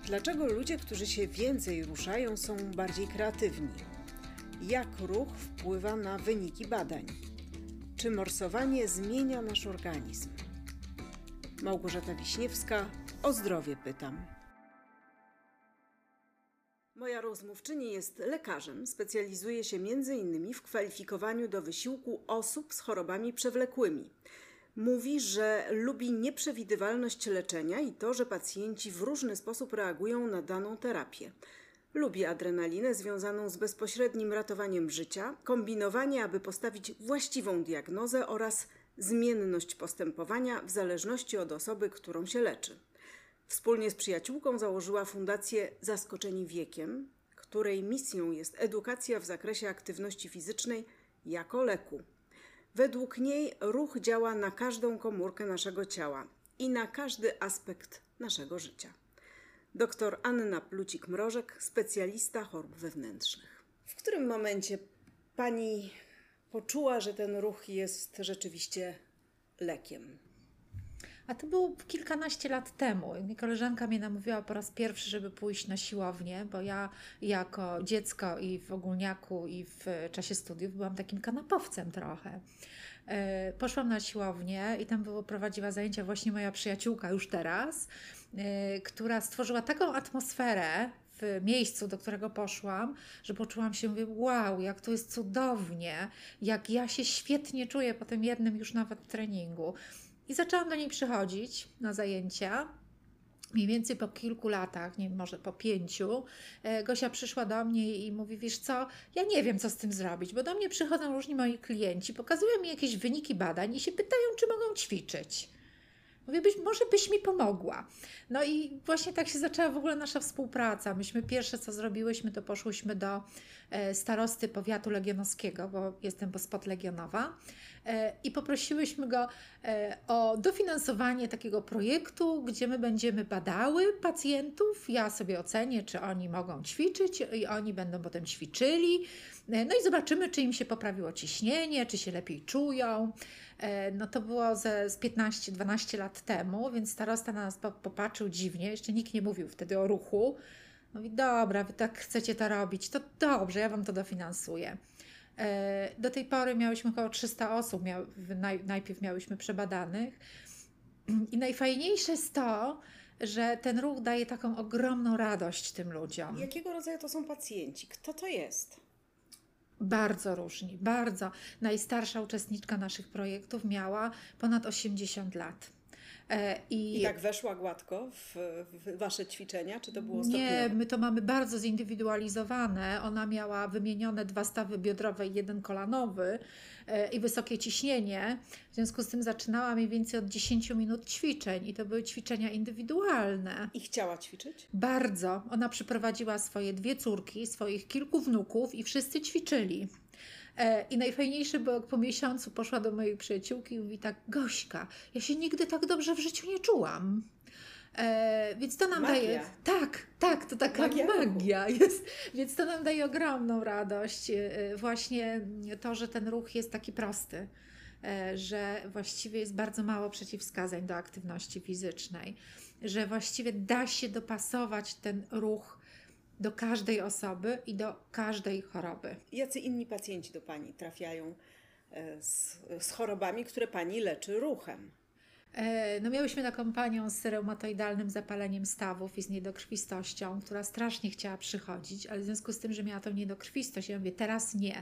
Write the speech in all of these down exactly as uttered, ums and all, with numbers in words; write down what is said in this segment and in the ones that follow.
Dlaczego ludzie, którzy się więcej ruszają, są bardziej kreatywni? Jak ruch wpływa na wyniki badań? Czy morsowanie zmienia nasz organizm? Małgorzata Wiśniewska, o zdrowie pytam. Moja rozmówczyni jest lekarzem, specjalizuje się między innymi w kwalifikowaniu do wysiłku osób z chorobami przewlekłymi. Mówi, że lubi nieprzewidywalność leczenia i to, że pacjenci w różny sposób reagują na daną terapię. Lubi adrenalinę związaną z bezpośrednim ratowaniem życia, kombinowanie, aby postawić właściwą diagnozę oraz zmienność postępowania w zależności od osoby, którą się leczy. Wspólnie z przyjaciółką założyła Fundację Zaskoczeni Wiekiem, której misją jest edukacja w zakresie aktywności fizycznej jako leku. Według niej ruch działa na każdą komórkę naszego ciała i na każdy aspekt naszego życia. Doktor Anna Plucik-Mrożek, specjalista chorób wewnętrznych. W którym momencie Pani poczuła, że ten ruch jest rzeczywiście lekiem? A to było kilkanaście lat temu. Koleżanka mnie namówiła po raz pierwszy, żeby pójść na siłownię, bo ja jako dziecko i w ogólniaku i w czasie studiów byłam takim kanapowcem trochę. Poszłam na siłownię i tam było, prowadziła zajęcia właśnie moja przyjaciółka już teraz, która stworzyła taką atmosferę w miejscu, do którego poszłam, że poczułam się, mówię, wow, jak to jest cudownie, jak ja się świetnie czuję po tym jednym już nawet treningu. I zaczęłam do niej przychodzić na zajęcia. Mniej więcej po kilku latach, nie może po pięciu, Gosia przyszła do mnie i mówi, wiesz co, ja nie wiem, co z tym zrobić, bo do mnie przychodzą różni moi klienci, pokazują mi jakieś wyniki badań i się pytają, czy mogą ćwiczyć. Mówię, byś, może byś mi pomogła. No i właśnie tak się zaczęła w ogóle nasza współpraca. Myśmy pierwsze, co zrobiłyśmy, to poszłyśmy do starosty powiatu legionowskiego, bo jestem spod Legionowa, i poprosiłyśmy go o dofinansowanie takiego projektu, gdzie my będziemy badały pacjentów. Ja sobie ocenię, czy oni mogą ćwiczyć i oni będą potem ćwiczyli. No i zobaczymy, czy im się poprawiło ciśnienie, czy się lepiej czują. No to było ze, z piętnaście dwanaście lat temu, więc starosta na nas popatrzył dziwnie. Jeszcze nikt nie mówił wtedy o ruchu. Mówi, dobra, wy tak chcecie to robić, to dobrze, ja wam to dofinansuję. Do tej pory miałyśmy około trzysta osób, miał, najpierw miałyśmy przebadanych. I najfajniejsze jest to, że ten ruch daje taką ogromną radość tym ludziom. Jakiego rodzaju to są pacjenci? Kto to jest? Bardzo różni, bardzo. Najstarsza uczestniczka naszych projektów miała ponad osiemdziesiąt lat. I, I tak weszła gładko w, w Wasze ćwiczenia, czy to było stopniowe? Nie, my to mamy bardzo zindywidualizowane. Ona miała wymienione dwa stawy biodrowe i jeden kolanowy i wysokie ciśnienie. W związku z tym zaczynała mniej więcej od dziesięciu minut ćwiczeń i to były ćwiczenia indywidualne. I chciała ćwiczyć? Bardzo. Ona przyprowadziła swoje dwie córki, swoich kilku wnuków i wszyscy ćwiczyli. I najfajniejsze było, jak po miesiącu poszła do mojej przyjaciółki i mówi tak, Gośka, ja się nigdy tak dobrze w życiu nie czułam. E, więc to nam magia. daje... Tak, tak, to taka magia, magia jest. Więc to nam daje ogromną radość. E, właśnie to, że ten ruch jest taki prosty. E, że właściwie jest bardzo mało przeciwwskazań do aktywności fizycznej. Że właściwie da się dopasować ten ruch do każdej osoby i do każdej choroby. Jacy inni pacjenci do Pani trafiają z, z chorobami, które Pani leczy ruchem? No miałyśmy taką panią z reumatoidalnym zapaleniem stawów i z niedokrwistością, która strasznie chciała przychodzić, ale w związku z tym, że miała tą niedokrwistość, ja mówię, teraz nie.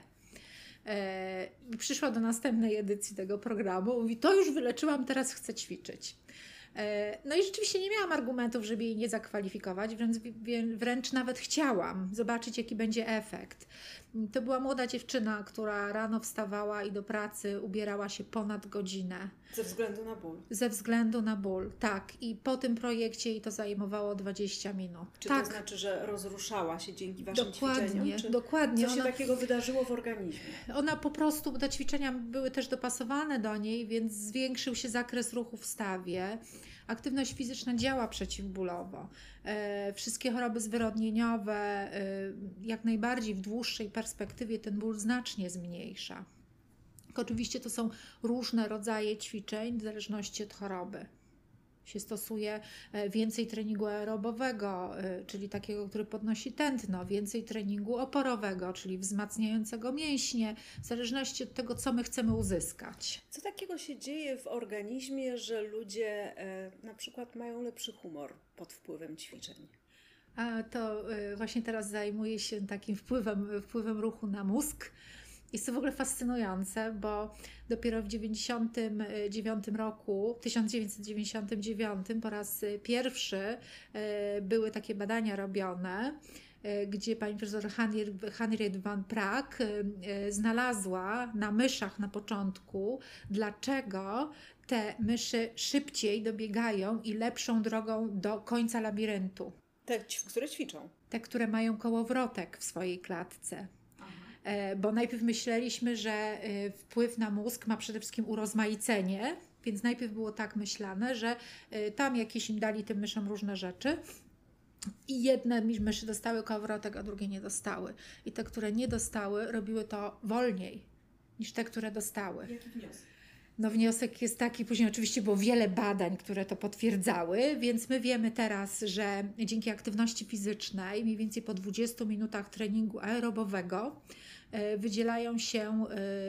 I przyszła do następnej edycji tego programu, mówi, to już wyleczyłam, teraz chcę ćwiczyć. No i rzeczywiście nie miałam argumentów, żeby jej nie zakwalifikować, wręcz, wręcz nawet chciałam zobaczyć, jaki będzie efekt. To była młoda dziewczyna, która rano wstawała i do pracy ubierała się ponad godzinę. Ze względu na ból? Ze względu na ból, tak. I po tym projekcie jej to zajmowało dwadzieścia minut. Czy tak. to znaczy, że rozruszała się dzięki Waszym dokładnie, ćwiczeniom? Czy dokładnie. Co się ona, takiego wydarzyło w organizmie? Ona po prostu, te ćwiczenia były też dopasowane do niej, więc zwiększył się zakres ruchu w stawie. Aktywność fizyczna działa przeciwbólowo. E, wszystkie choroby zwyrodnieniowe, e, jak najbardziej w dłuższej perspektywie ten ból znacznie zmniejsza. Oczywiście to są różne rodzaje ćwiczeń w zależności od choroby. się stosuje więcej treningu aerobowego, czyli takiego, który podnosi tętno, więcej treningu oporowego, czyli wzmacniającego mięśnie, w zależności od tego, co my chcemy uzyskać. Co takiego się dzieje w organizmie, że ludzie e, na przykład mają lepszy humor pod wpływem ćwiczeń? A to właśnie teraz zajmuję się takim wpływem, wpływem ruchu na mózg. Jest to w ogóle fascynujące, bo dopiero w dziewięćdziesiątym dziewiątym roku, tysiąc dziewięćset dziewięćdziesiątym dziewiątym po raz pierwszy były takie badania robione, gdzie pani profesor Henriette van Praag znalazła na myszach na początku, dlaczego te myszy szybciej dobiegają i lepszą drogą do końca labiryntu. Te, które ćwiczą. Te, które mają kołowrotek w swojej klatce. Bo najpierw myśleliśmy, że wpływ na mózg ma przede wszystkim urozmaicenie, więc najpierw było tak myślane, że tam jakieś im dali tym myszom różne rzeczy i jedne myszy dostały kołowrotek, a drugie nie dostały. I te, które nie dostały, robiły to wolniej niż te, które dostały. Jaki wniosek? No wniosek jest taki, później oczywiście było wiele badań, które to potwierdzały, więc my wiemy teraz, że dzięki aktywności fizycznej, mniej więcej po dwudziestu minutach treningu aerobowego, wydzielają się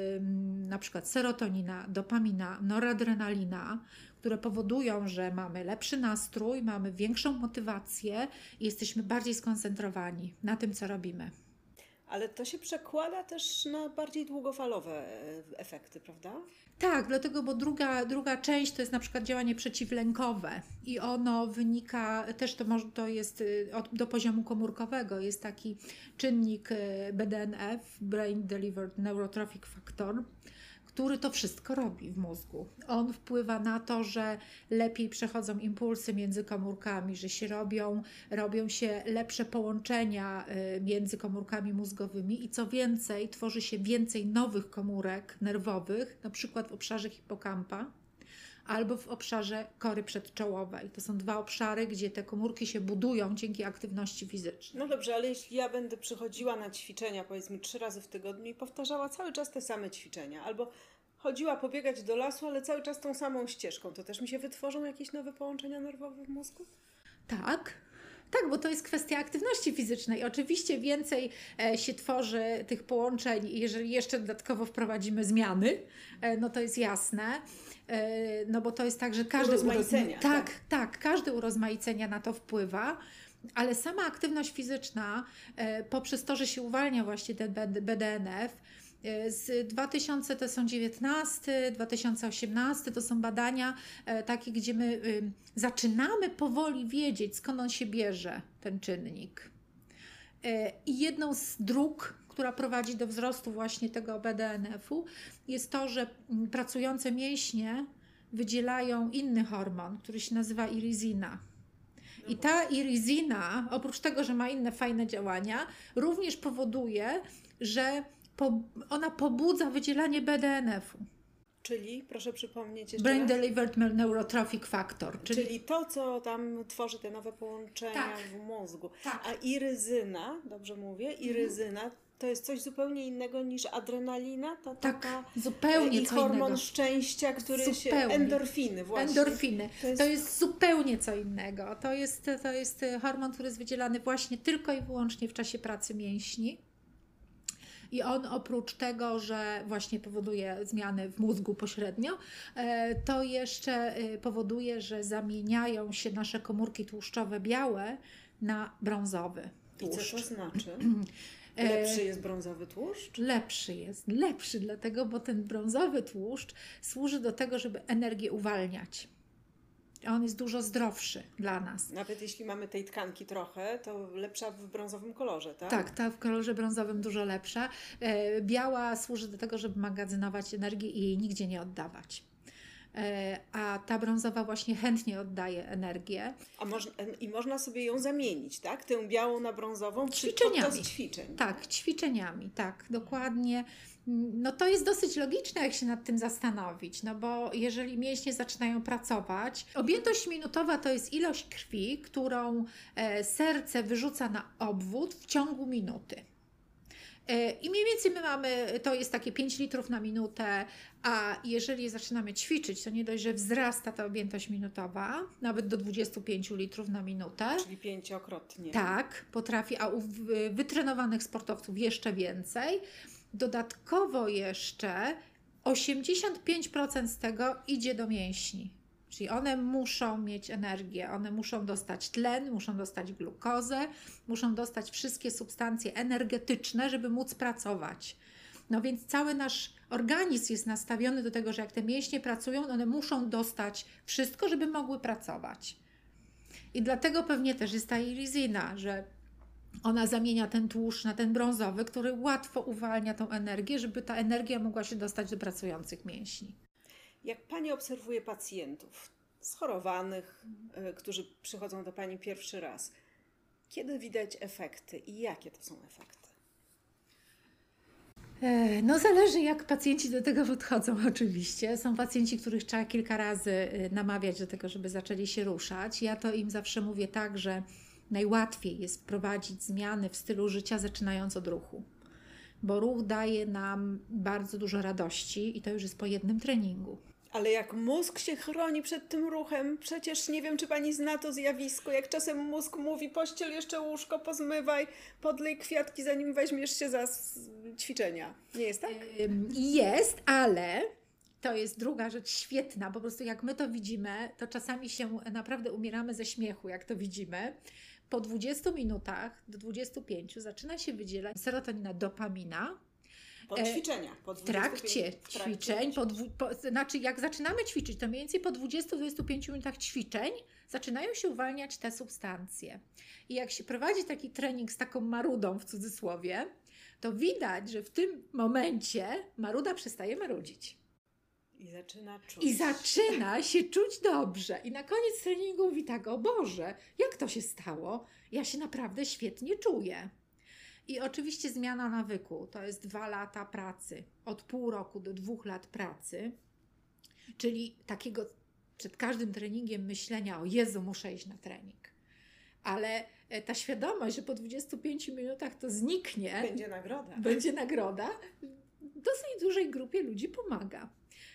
na przykład serotonina, dopamina, noradrenalina, które powodują, że mamy lepszy nastrój, mamy większą motywację i jesteśmy bardziej skoncentrowani na tym, co robimy. Ale to się przekłada też na bardziej długofalowe efekty, prawda? Tak, dlatego, bo druga, druga część to jest na przykład działanie przeciwlękowe i ono wynika, też to, może, to jest od, do poziomu komórkowego, jest taki czynnik B D N F, Brain Delivered Neurotrophic Factor, który to wszystko robi w mózgu. On wpływa na to, że lepiej przechodzą impulsy między komórkami, że się robią, robią się lepsze połączenia między komórkami mózgowymi i co więcej, tworzy się więcej nowych komórek nerwowych, na przykład w obszarze hipokampa albo w obszarze kory przedczołowej. To są dwa obszary, gdzie te komórki się budują dzięki aktywności fizycznej. No dobrze, ale jeśli ja będę przychodziła na ćwiczenia, powiedzmy trzy razy w tygodniu i powtarzała cały czas te same ćwiczenia, albo chodziła pobiegać do lasu, ale cały czas tą samą ścieżką, to też mi się wytworzą jakieś nowe połączenia nerwowe w mózgu? Tak. Tak, bo to jest kwestia aktywności fizycznej. Oczywiście więcej e, się tworzy tych połączeń, jeżeli jeszcze dodatkowo wprowadzimy zmiany, e, no to jest jasne. E, no bo to jest tak, że każdy urozmaicenia. Uroz... Tak, tak, tak, każdy urozmaicenia na to wpływa. Ale sama aktywność fizyczna, e, poprzez to, że się uwalnia właśnie ten B D N F, z dwa tysiące dziewiętnastego, dwa tysiące osiemnastego to są badania e, takie, gdzie my y, zaczynamy powoli wiedzieć, skąd on się bierze, ten czynnik. E, I jedną z dróg, która prowadzi do wzrostu właśnie tego B D N F-u, jest to, że m, pracujące mięśnie wydzielają inny hormon, który się nazywa iryzina. I ta iryzina, oprócz tego, że ma inne fajne działania, również powoduje, że po, ona pobudza wydzielanie B D N F-u. Czyli, proszę przypomnieć jeszcze Brain raz. Delivered Neurotrophic Factor. Czyli... czyli to, co tam tworzy te nowe połączenia tak. w mózgu. Tak. A iryzyna, dobrze mówię, iryzyna mhm. to jest coś zupełnie innego niż adrenalina? To tak, taka, zupełnie i co hormon innego. szczęścia, który zupełnie. się... Endorfiny właśnie. Endorfiny. To jest... to jest zupełnie co innego. To jest, to jest hormon, który jest wydzielany właśnie tylko i wyłącznie w czasie pracy mięśni. I on oprócz tego, że właśnie powoduje zmiany w mózgu pośrednio, to jeszcze powoduje, że zamieniają się nasze komórki tłuszczowe białe na brązowy tłuszcz. I co to znaczy? Lepszy jest brązowy tłuszcz? Lepszy jest, lepszy dlatego, bo ten brązowy tłuszcz służy do tego, żeby energię uwalniać. On jest dużo zdrowszy dla nas. Nawet jeśli mamy tej tkanki trochę, to lepsza w brązowym kolorze, tak? Tak, ta w kolorze brązowym dużo lepsza. Biała służy do tego, żeby magazynować energię i jej nigdzie nie oddawać. A ta brązowa właśnie chętnie oddaje energię. A moż, I można sobie ją zamienić, tak? Tę białą na brązową ćwiczeniami. Podczas ćwiczeń. Tak, ćwiczeniami, tak, dokładnie. No to jest dosyć logiczne, jak się nad tym zastanowić, no bo jeżeli mięśnie zaczynają pracować, objętość minutowa to jest ilość krwi, którą serce wyrzuca na obwód w ciągu minuty. I mniej więcej my mamy, to jest takie pięć litrów na minutę, a jeżeli zaczynamy ćwiczyć, to nie dość, że wzrasta ta objętość minutowa, nawet do dwudziestu pięciu litrów na minutę. Czyli pięciokrotnie. Tak, potrafi, a u wytrenowanych sportowców jeszcze więcej. Dodatkowo jeszcze osiemdziesiąt pięć procent z tego idzie do mięśni. Czyli one muszą mieć energię, one muszą dostać tlen, muszą dostać glukozę, muszą dostać wszystkie substancje energetyczne, żeby móc pracować. No więc cały nasz organizm jest nastawiony do tego, że jak te mięśnie pracują, one muszą dostać wszystko, żeby mogły pracować. I dlatego pewnie też jest ta irizyna, że ona zamienia ten tłuszcz na ten brązowy, który łatwo uwalnia tą energię, żeby ta energia mogła się dostać do pracujących mięśni. Jak Pani obserwuje pacjentów schorowanych, y, którzy przychodzą do Pani pierwszy raz, kiedy widać efekty i jakie to są efekty? No zależy, jak pacjenci do tego podchodzą oczywiście. Są pacjenci, których trzeba kilka razy namawiać do tego, żeby zaczęli się ruszać. Ja to im zawsze mówię tak, że najłatwiej jest wprowadzić zmiany w stylu życia, zaczynając od ruchu. Bo ruch daje nam bardzo dużo radości i to już jest po jednym treningu. Ale jak mózg się chroni przed tym ruchem, przecież nie wiem, czy Pani zna to zjawisko, jak czasem mózg mówi: pościel jeszcze łóżko, pozmywaj, podlej kwiatki, zanim weźmiesz się za ćwiczenia. Nie jest tak? Jest, ale to jest druga rzecz świetna. Po prostu jak my to widzimy, to czasami się naprawdę umieramy ze śmiechu, jak to widzimy. Po dwudziestu minutach do dwudziestu pięciu zaczyna się wydzielać serotonina, dopamina. Po ćwiczeniach. Po w trakcie w trakcie ćwiczeń, po dwu, po, znaczy jak zaczynamy ćwiczyć, to mniej więcej po dwudziestu do dwudziestu pięciu minutach ćwiczeń zaczynają się uwalniać te substancje. I jak się prowadzi taki trening z taką marudą w cudzysłowie, to widać, że w tym momencie maruda przestaje marudzić. I zaczyna czuć. I zaczyna się czuć dobrze. I na koniec treningu mówi tak: o Boże, jak to się stało? Ja się naprawdę świetnie czuję. I oczywiście zmiana nawyku, to jest dwa lata pracy, od pół roku do dwóch lat pracy, czyli takiego przed każdym treningiem myślenia: o Jezu, muszę iść na trening. Ale ta świadomość, że po dwudziestu pięciu minutach to zniknie, będzie nagroda. Będzie nagroda, dosyć dużej grupie ludzi pomaga.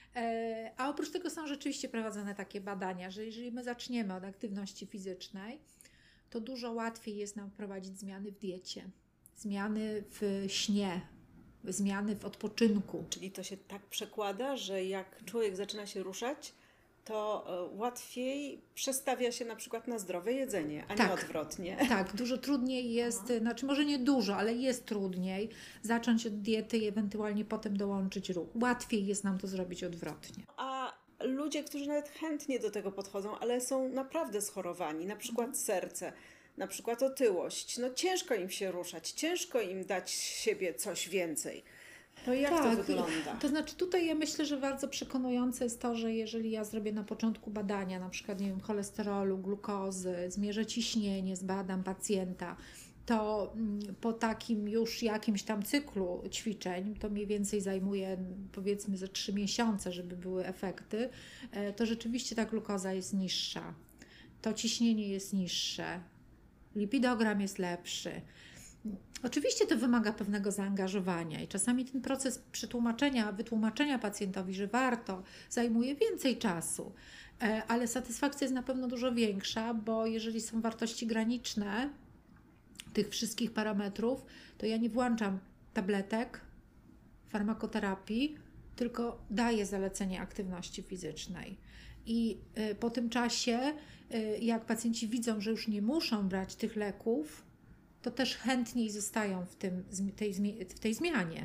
A oprócz tego są rzeczywiście prowadzone takie badania, że jeżeli my zaczniemy od aktywności fizycznej, to dużo łatwiej jest nam wprowadzić zmiany w diecie, zmiany w śnie, zmiany w odpoczynku. Czyli to się tak przekłada, że jak człowiek zaczyna się ruszać, to łatwiej przestawia się na przykład na zdrowe jedzenie, a tak, nie odwrotnie. Tak, dużo trudniej jest, Aha. znaczy może nie dużo, ale jest trudniej zacząć od diety i ewentualnie potem dołączyć ruch. Łatwiej jest nam to zrobić odwrotnie. A ludzie, którzy nawet chętnie do tego podchodzą, ale są naprawdę schorowani, na przykład mhm. serce, na przykład otyłość, no ciężko im się ruszać, ciężko im dać siebie coś więcej. To jak tak, to wygląda? To znaczy tutaj ja myślę, że bardzo przekonujące jest to, że jeżeli ja zrobię na początku badania, na przykład nie wiem, cholesterolu, glukozy, zmierzę ciśnienie, zbadam pacjenta, to po takim już jakimś tam cyklu ćwiczeń, to mniej więcej zajmuje powiedzmy ze trzy miesiące, żeby były efekty, to rzeczywiście ta glukoza jest niższa, to ciśnienie jest niższe, lipidogram jest lepszy. Oczywiście to wymaga pewnego zaangażowania i czasami ten proces przetłumaczenia, wytłumaczenia pacjentowi, że warto, zajmuje więcej czasu, ale satysfakcja jest na pewno dużo większa, bo jeżeli są wartości graniczne tych wszystkich parametrów, to ja nie włączam tabletek, farmakoterapii, tylko daję zalecenie aktywności fizycznej. I po tym czasie, jak pacjenci widzą, że już nie muszą brać tych leków, to też chętniej zostają w, tym, tej, w tej zmianie.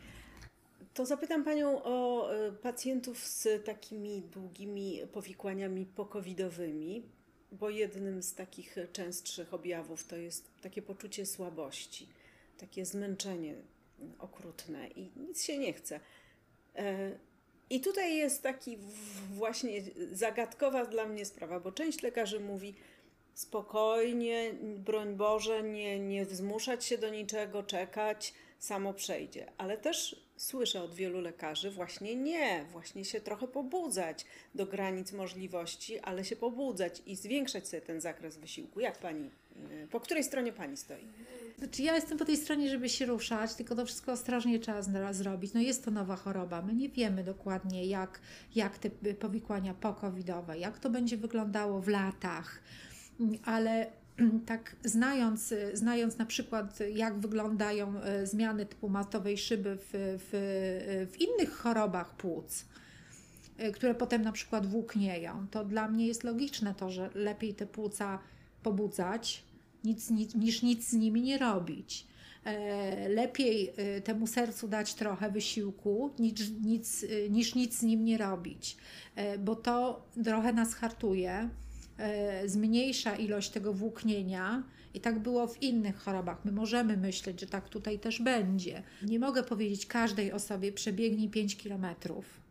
To zapytam Panią o pacjentów z takimi długimi powikłaniami pokowidowymi, bo jednym z takich częstszych objawów to jest takie poczucie słabości, takie zmęczenie okrutne i nic się nie chce. I tutaj jest taki właśnie zagadkowa dla mnie sprawa, bo część lekarzy mówi: spokojnie, broń Boże, nie, nie zmuszać się do niczego, czekać, samo przejdzie. Ale też Słyszę od wielu lekarzy właśnie nie, właśnie się trochę pobudzać do granic możliwości, ale się pobudzać i zwiększać sobie ten zakres wysiłku. Jak pani, y, po której stronie pani stoi? Znaczy ja jestem po tej stronie, żeby się ruszać, tylko to wszystko ostrożnie trzeba zra- zrobić. No jest to nowa choroba, my nie wiemy dokładnie jak, jak te powikłania po-covidowe, jak to będzie wyglądało w latach, ale tak znając, znając na przykład jak wyglądają e, zmiany typu matowej szyby w, w, w innych chorobach płuc, e, które potem na przykład włóknieją, to dla mnie jest logiczne to, że lepiej te płuca pobudzać, nic, nic, niż nic z nimi nie robić. E, lepiej e, temu sercu dać trochę wysiłku, niż nic, e, niż nic z nim nie robić, e, bo to trochę nas hartuje, e, zmniejsza ilość tego włóknienia i tak było w innych chorobach. My możemy myśleć, że tak tutaj też będzie. Nie mogę powiedzieć każdej osobie przebiegnij pięć kilometrów,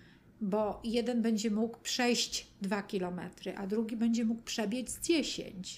bo jeden będzie mógł przejść dwa kilometry, a drugi będzie mógł przebiec dziesięć.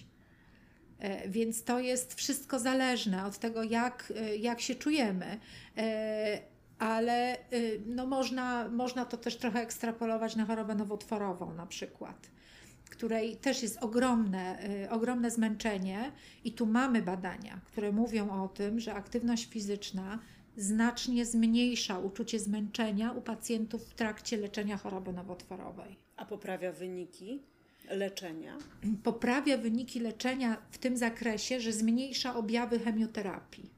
E, Więc to jest wszystko zależne od tego, jak, e, jak się czujemy. E, Ale e, no można, można to też trochę ekstrapolować na chorobę nowotworową na przykład, której też jest ogromne, e, ogromne zmęczenie i tu mamy badania, które mówią o tym, że aktywność fizyczna znacznie zmniejsza uczucie zmęczenia u pacjentów w trakcie leczenia choroby nowotworowej. A poprawia wyniki leczenia? Poprawia wyniki leczenia w tym zakresie, że zmniejsza objawy chemioterapii.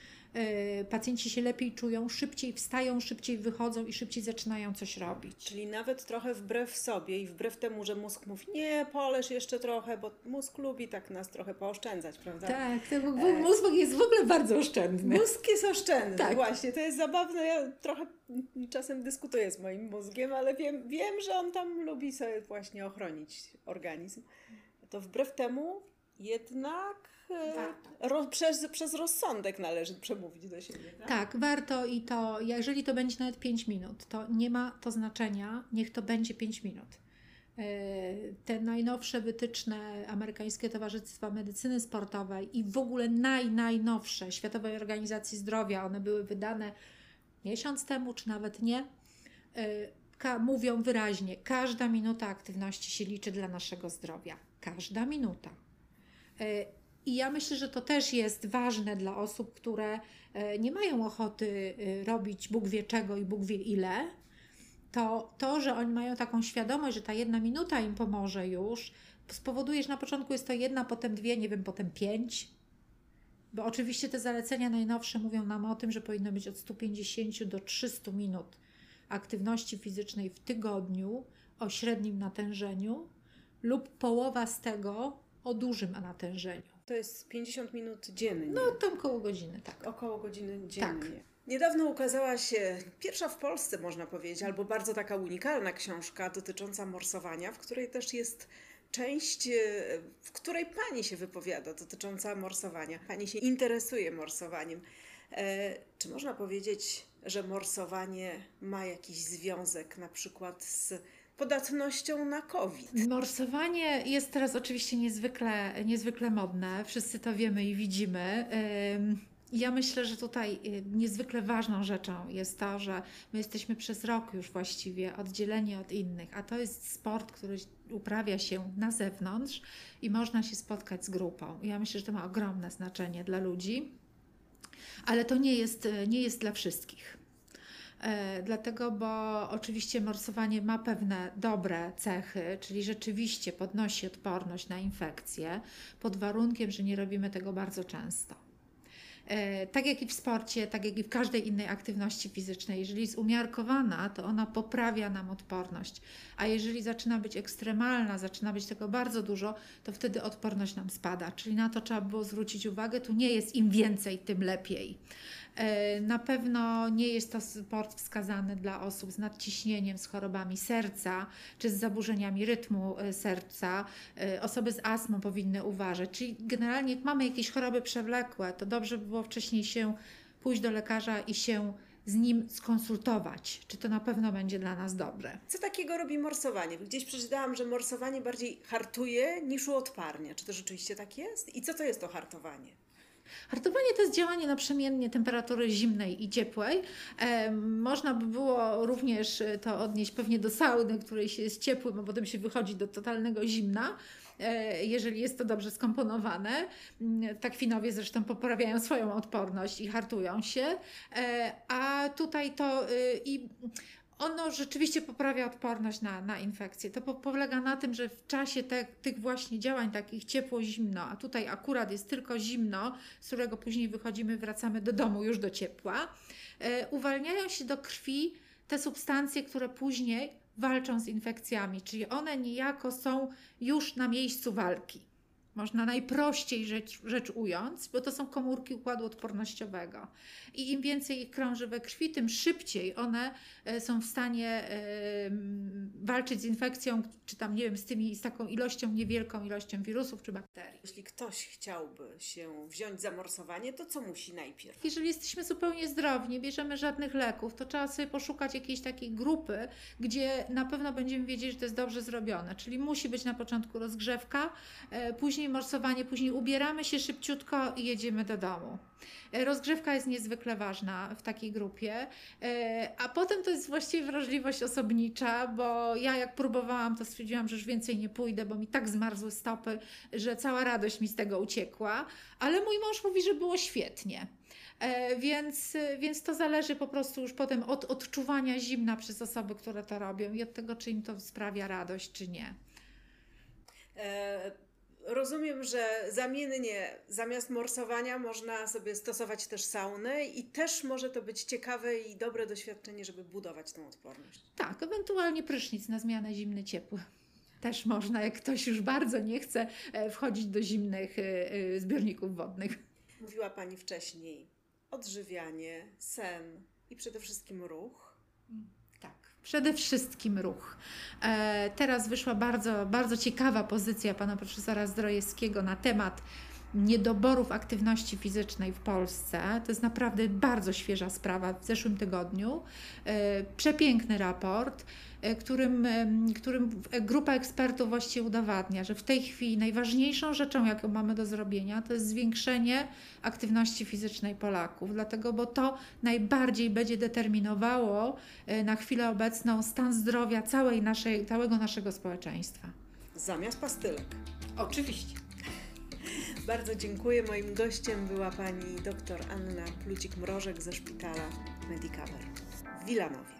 Yy, Pacjenci się lepiej czują, szybciej wstają, szybciej wychodzą i szybciej zaczynają coś robić. Czyli nawet trochę wbrew sobie i wbrew temu, że mózg mówi nie, poleż jeszcze trochę, bo mózg lubi tak nas trochę pooszczędzać, prawda? Tak, to mózg jest w ogóle bardzo oszczędny. Mózg jest oszczędny, Tak. właśnie, to jest zabawne. Ja trochę czasem dyskutuję z moim mózgiem, ale wiem, wiem, że on tam lubi sobie właśnie ochronić organizm. To wbrew temu jednak e, ro, przez, przez rozsądek należy przemówić do siebie. Tak? Tak, warto i to, jeżeli to będzie nawet pięć minut, to nie ma to znaczenia, niech to będzie pięć minut. Yy, Te najnowsze wytyczne Amerykańskiego Towarzystwa Medycyny Sportowej i w ogóle naj, najnowsze Światowej Organizacji Zdrowia, one były wydane miesiąc temu, czy nawet nie, yy, ka- mówią wyraźnie, każda minuta aktywności się liczy dla naszego zdrowia. Każda minuta. Yy, I ja myślę, że to też jest ważne dla osób, które e, nie mają ochoty e, robić Bóg wie czego i Bóg wie ile. To, to, że oni mają taką świadomość, że ta jedna minuta im pomoże już, spowoduje, że na początku jest to jedna, potem dwie, nie wiem, potem pięć. Bo oczywiście te zalecenia najnowsze mówią nam o tym, że powinno być od stu pięćdziesięciu do trzystu minut aktywności fizycznej w tygodniu o średnim natężeniu lub połowa z tego o dużym natężeniu. To jest pięćdziesiąt minut dziennie. No, tam koło godziny, tak. Około godziny dziennie. Tak. Niedawno ukazała się pierwsza w Polsce, można powiedzieć, albo bardzo taka unikalna książka dotycząca morsowania, w której też jest część, e, w której pani się wypowiada dotycząca morsowania. Pani się interesuje morsowaniem. E, czy można powiedzieć, że morsowanie ma jakiś związek na przykład z podatnością na COVID? Morsowanie jest teraz oczywiście niezwykle, niezwykle modne, wszyscy to wiemy i widzimy. Ym, Ja myślę, że tutaj y, niezwykle ważną rzeczą jest to, że my jesteśmy przez rok już właściwie oddzieleni od innych, a to jest sport, który uprawia się na zewnątrz i można się spotkać z grupą. Ja myślę, że to ma ogromne znaczenie dla ludzi, ale to nie jest, nie jest dla wszystkich. E, Dlatego, bo oczywiście morsowanie ma pewne dobre cechy, czyli rzeczywiście podnosi odporność na infekcje, pod warunkiem, że nie robimy tego bardzo często. E, Tak jak i w sporcie, tak jak i w każdej innej aktywności fizycznej, jeżeli jest umiarkowana, to ona poprawia nam odporność, a jeżeli zaczyna być ekstremalna, zaczyna być tego bardzo dużo, to wtedy odporność nam spada, czyli na to trzeba było zwrócić uwagę, tu nie jest im więcej, tym lepiej. E, Na pewno nie jest to sport wskazany dla osób z nadciśnieniem, z chorobami serca, czy z zaburzeniami rytmu e, serca. E, Osoby z astmą powinny uważać. Czyli generalnie jak mamy jakieś choroby przewlekłe, to dobrze by było wcześniej się pójść do lekarza i się z nim skonsultować, czy to na pewno będzie dla nas dobre. Co takiego robi morsowanie? Gdzieś przeczytałam, że morsowanie bardziej hartuje niż uodparnia. Czy to rzeczywiście tak jest? I co to jest to hartowanie? Hartowanie to jest działanie naprzemiennie temperatury zimnej i ciepłej. E, można by było również to odnieść pewnie do sauny, której się jest ciepłym, a potem się wychodzi do totalnego zimna, e, jeżeli jest to dobrze skomponowane. Takwinowie zresztą poprawiają swoją odporność i hartują się, e, a tutaj to e, i ono rzeczywiście poprawia odporność na, na infekcje. To po, polega na tym, że w czasie te, tych właśnie działań takich ciepło-zimno, a tutaj akurat jest tylko zimno, z którego później wychodzimy, wracamy do domu już do ciepła, e, uwalniają się do krwi te substancje, które później walczą z infekcjami, czyli one niejako są już na miejscu walki. Można najprościej rzecz, rzecz ująć, bo to są komórki układu odpornościowego. I im więcej ich krąży we krwi, tym szybciej one są w stanie y, walczyć z infekcją, czy tam, nie wiem, z, tymi, z taką ilością, niewielką ilością wirusów czy bakterii. Jeśli ktoś chciałby się wziąć za morsowanie, to co musi najpierw? Jeżeli jesteśmy zupełnie zdrowi, nie bierzemy żadnych leków, to trzeba sobie poszukać jakiejś takiej grupy, gdzie na pewno będziemy wiedzieć, że to jest dobrze zrobione. Czyli musi być na początku rozgrzewka, y, później morsowanie, później ubieramy się szybciutko i jedziemy do domu. Rozgrzewka jest niezwykle ważna w takiej grupie, a potem to jest właściwie wrażliwość osobnicza, bo ja jak próbowałam, to stwierdziłam, że już więcej nie pójdę, bo mi tak zmarzły stopy, że cała radość mi z tego uciekła, ale mój mąż mówi, że było świetnie. Więc, więc to zależy po prostu już potem od odczuwania zimna przez osoby, które to robią i od tego, czy im to sprawia radość, czy nie. E Rozumiem, że zamiennie zamiast morsowania można sobie stosować też saunę i też może to być ciekawe i dobre doświadczenie, żeby budować tą odporność. Tak, ewentualnie prysznic na zmianę zimny, ciepły. Też można, jak ktoś już bardzo nie chce wchodzić do zimnych zbiorników wodnych. Mówiła Pani wcześniej odżywianie, sen i przede wszystkim ruch. Tak, przede wszystkim ruch. E, teraz wyszła bardzo, bardzo ciekawa pozycja pana profesora Zdrojewskiego na temat niedoborów aktywności fizycznej w Polsce. To jest naprawdę bardzo świeża sprawa w zeszłym tygodniu. E, przepiękny raport, e, którym, e, którym grupa ekspertów właściwie udowadnia, że w tej chwili najważniejszą rzeczą, jaką mamy do zrobienia, to jest zwiększenie aktywności fizycznej Polaków, dlatego, bo to najbardziej będzie determinowało e, na chwilę obecną stan zdrowia całej naszej, całego naszego społeczeństwa. Zamiast pastylek. Oczywiście. Bardzo dziękuję. Moim gościem była pani dr Anna Plucik-Mrożek ze szpitala Medicover w Wilanowie.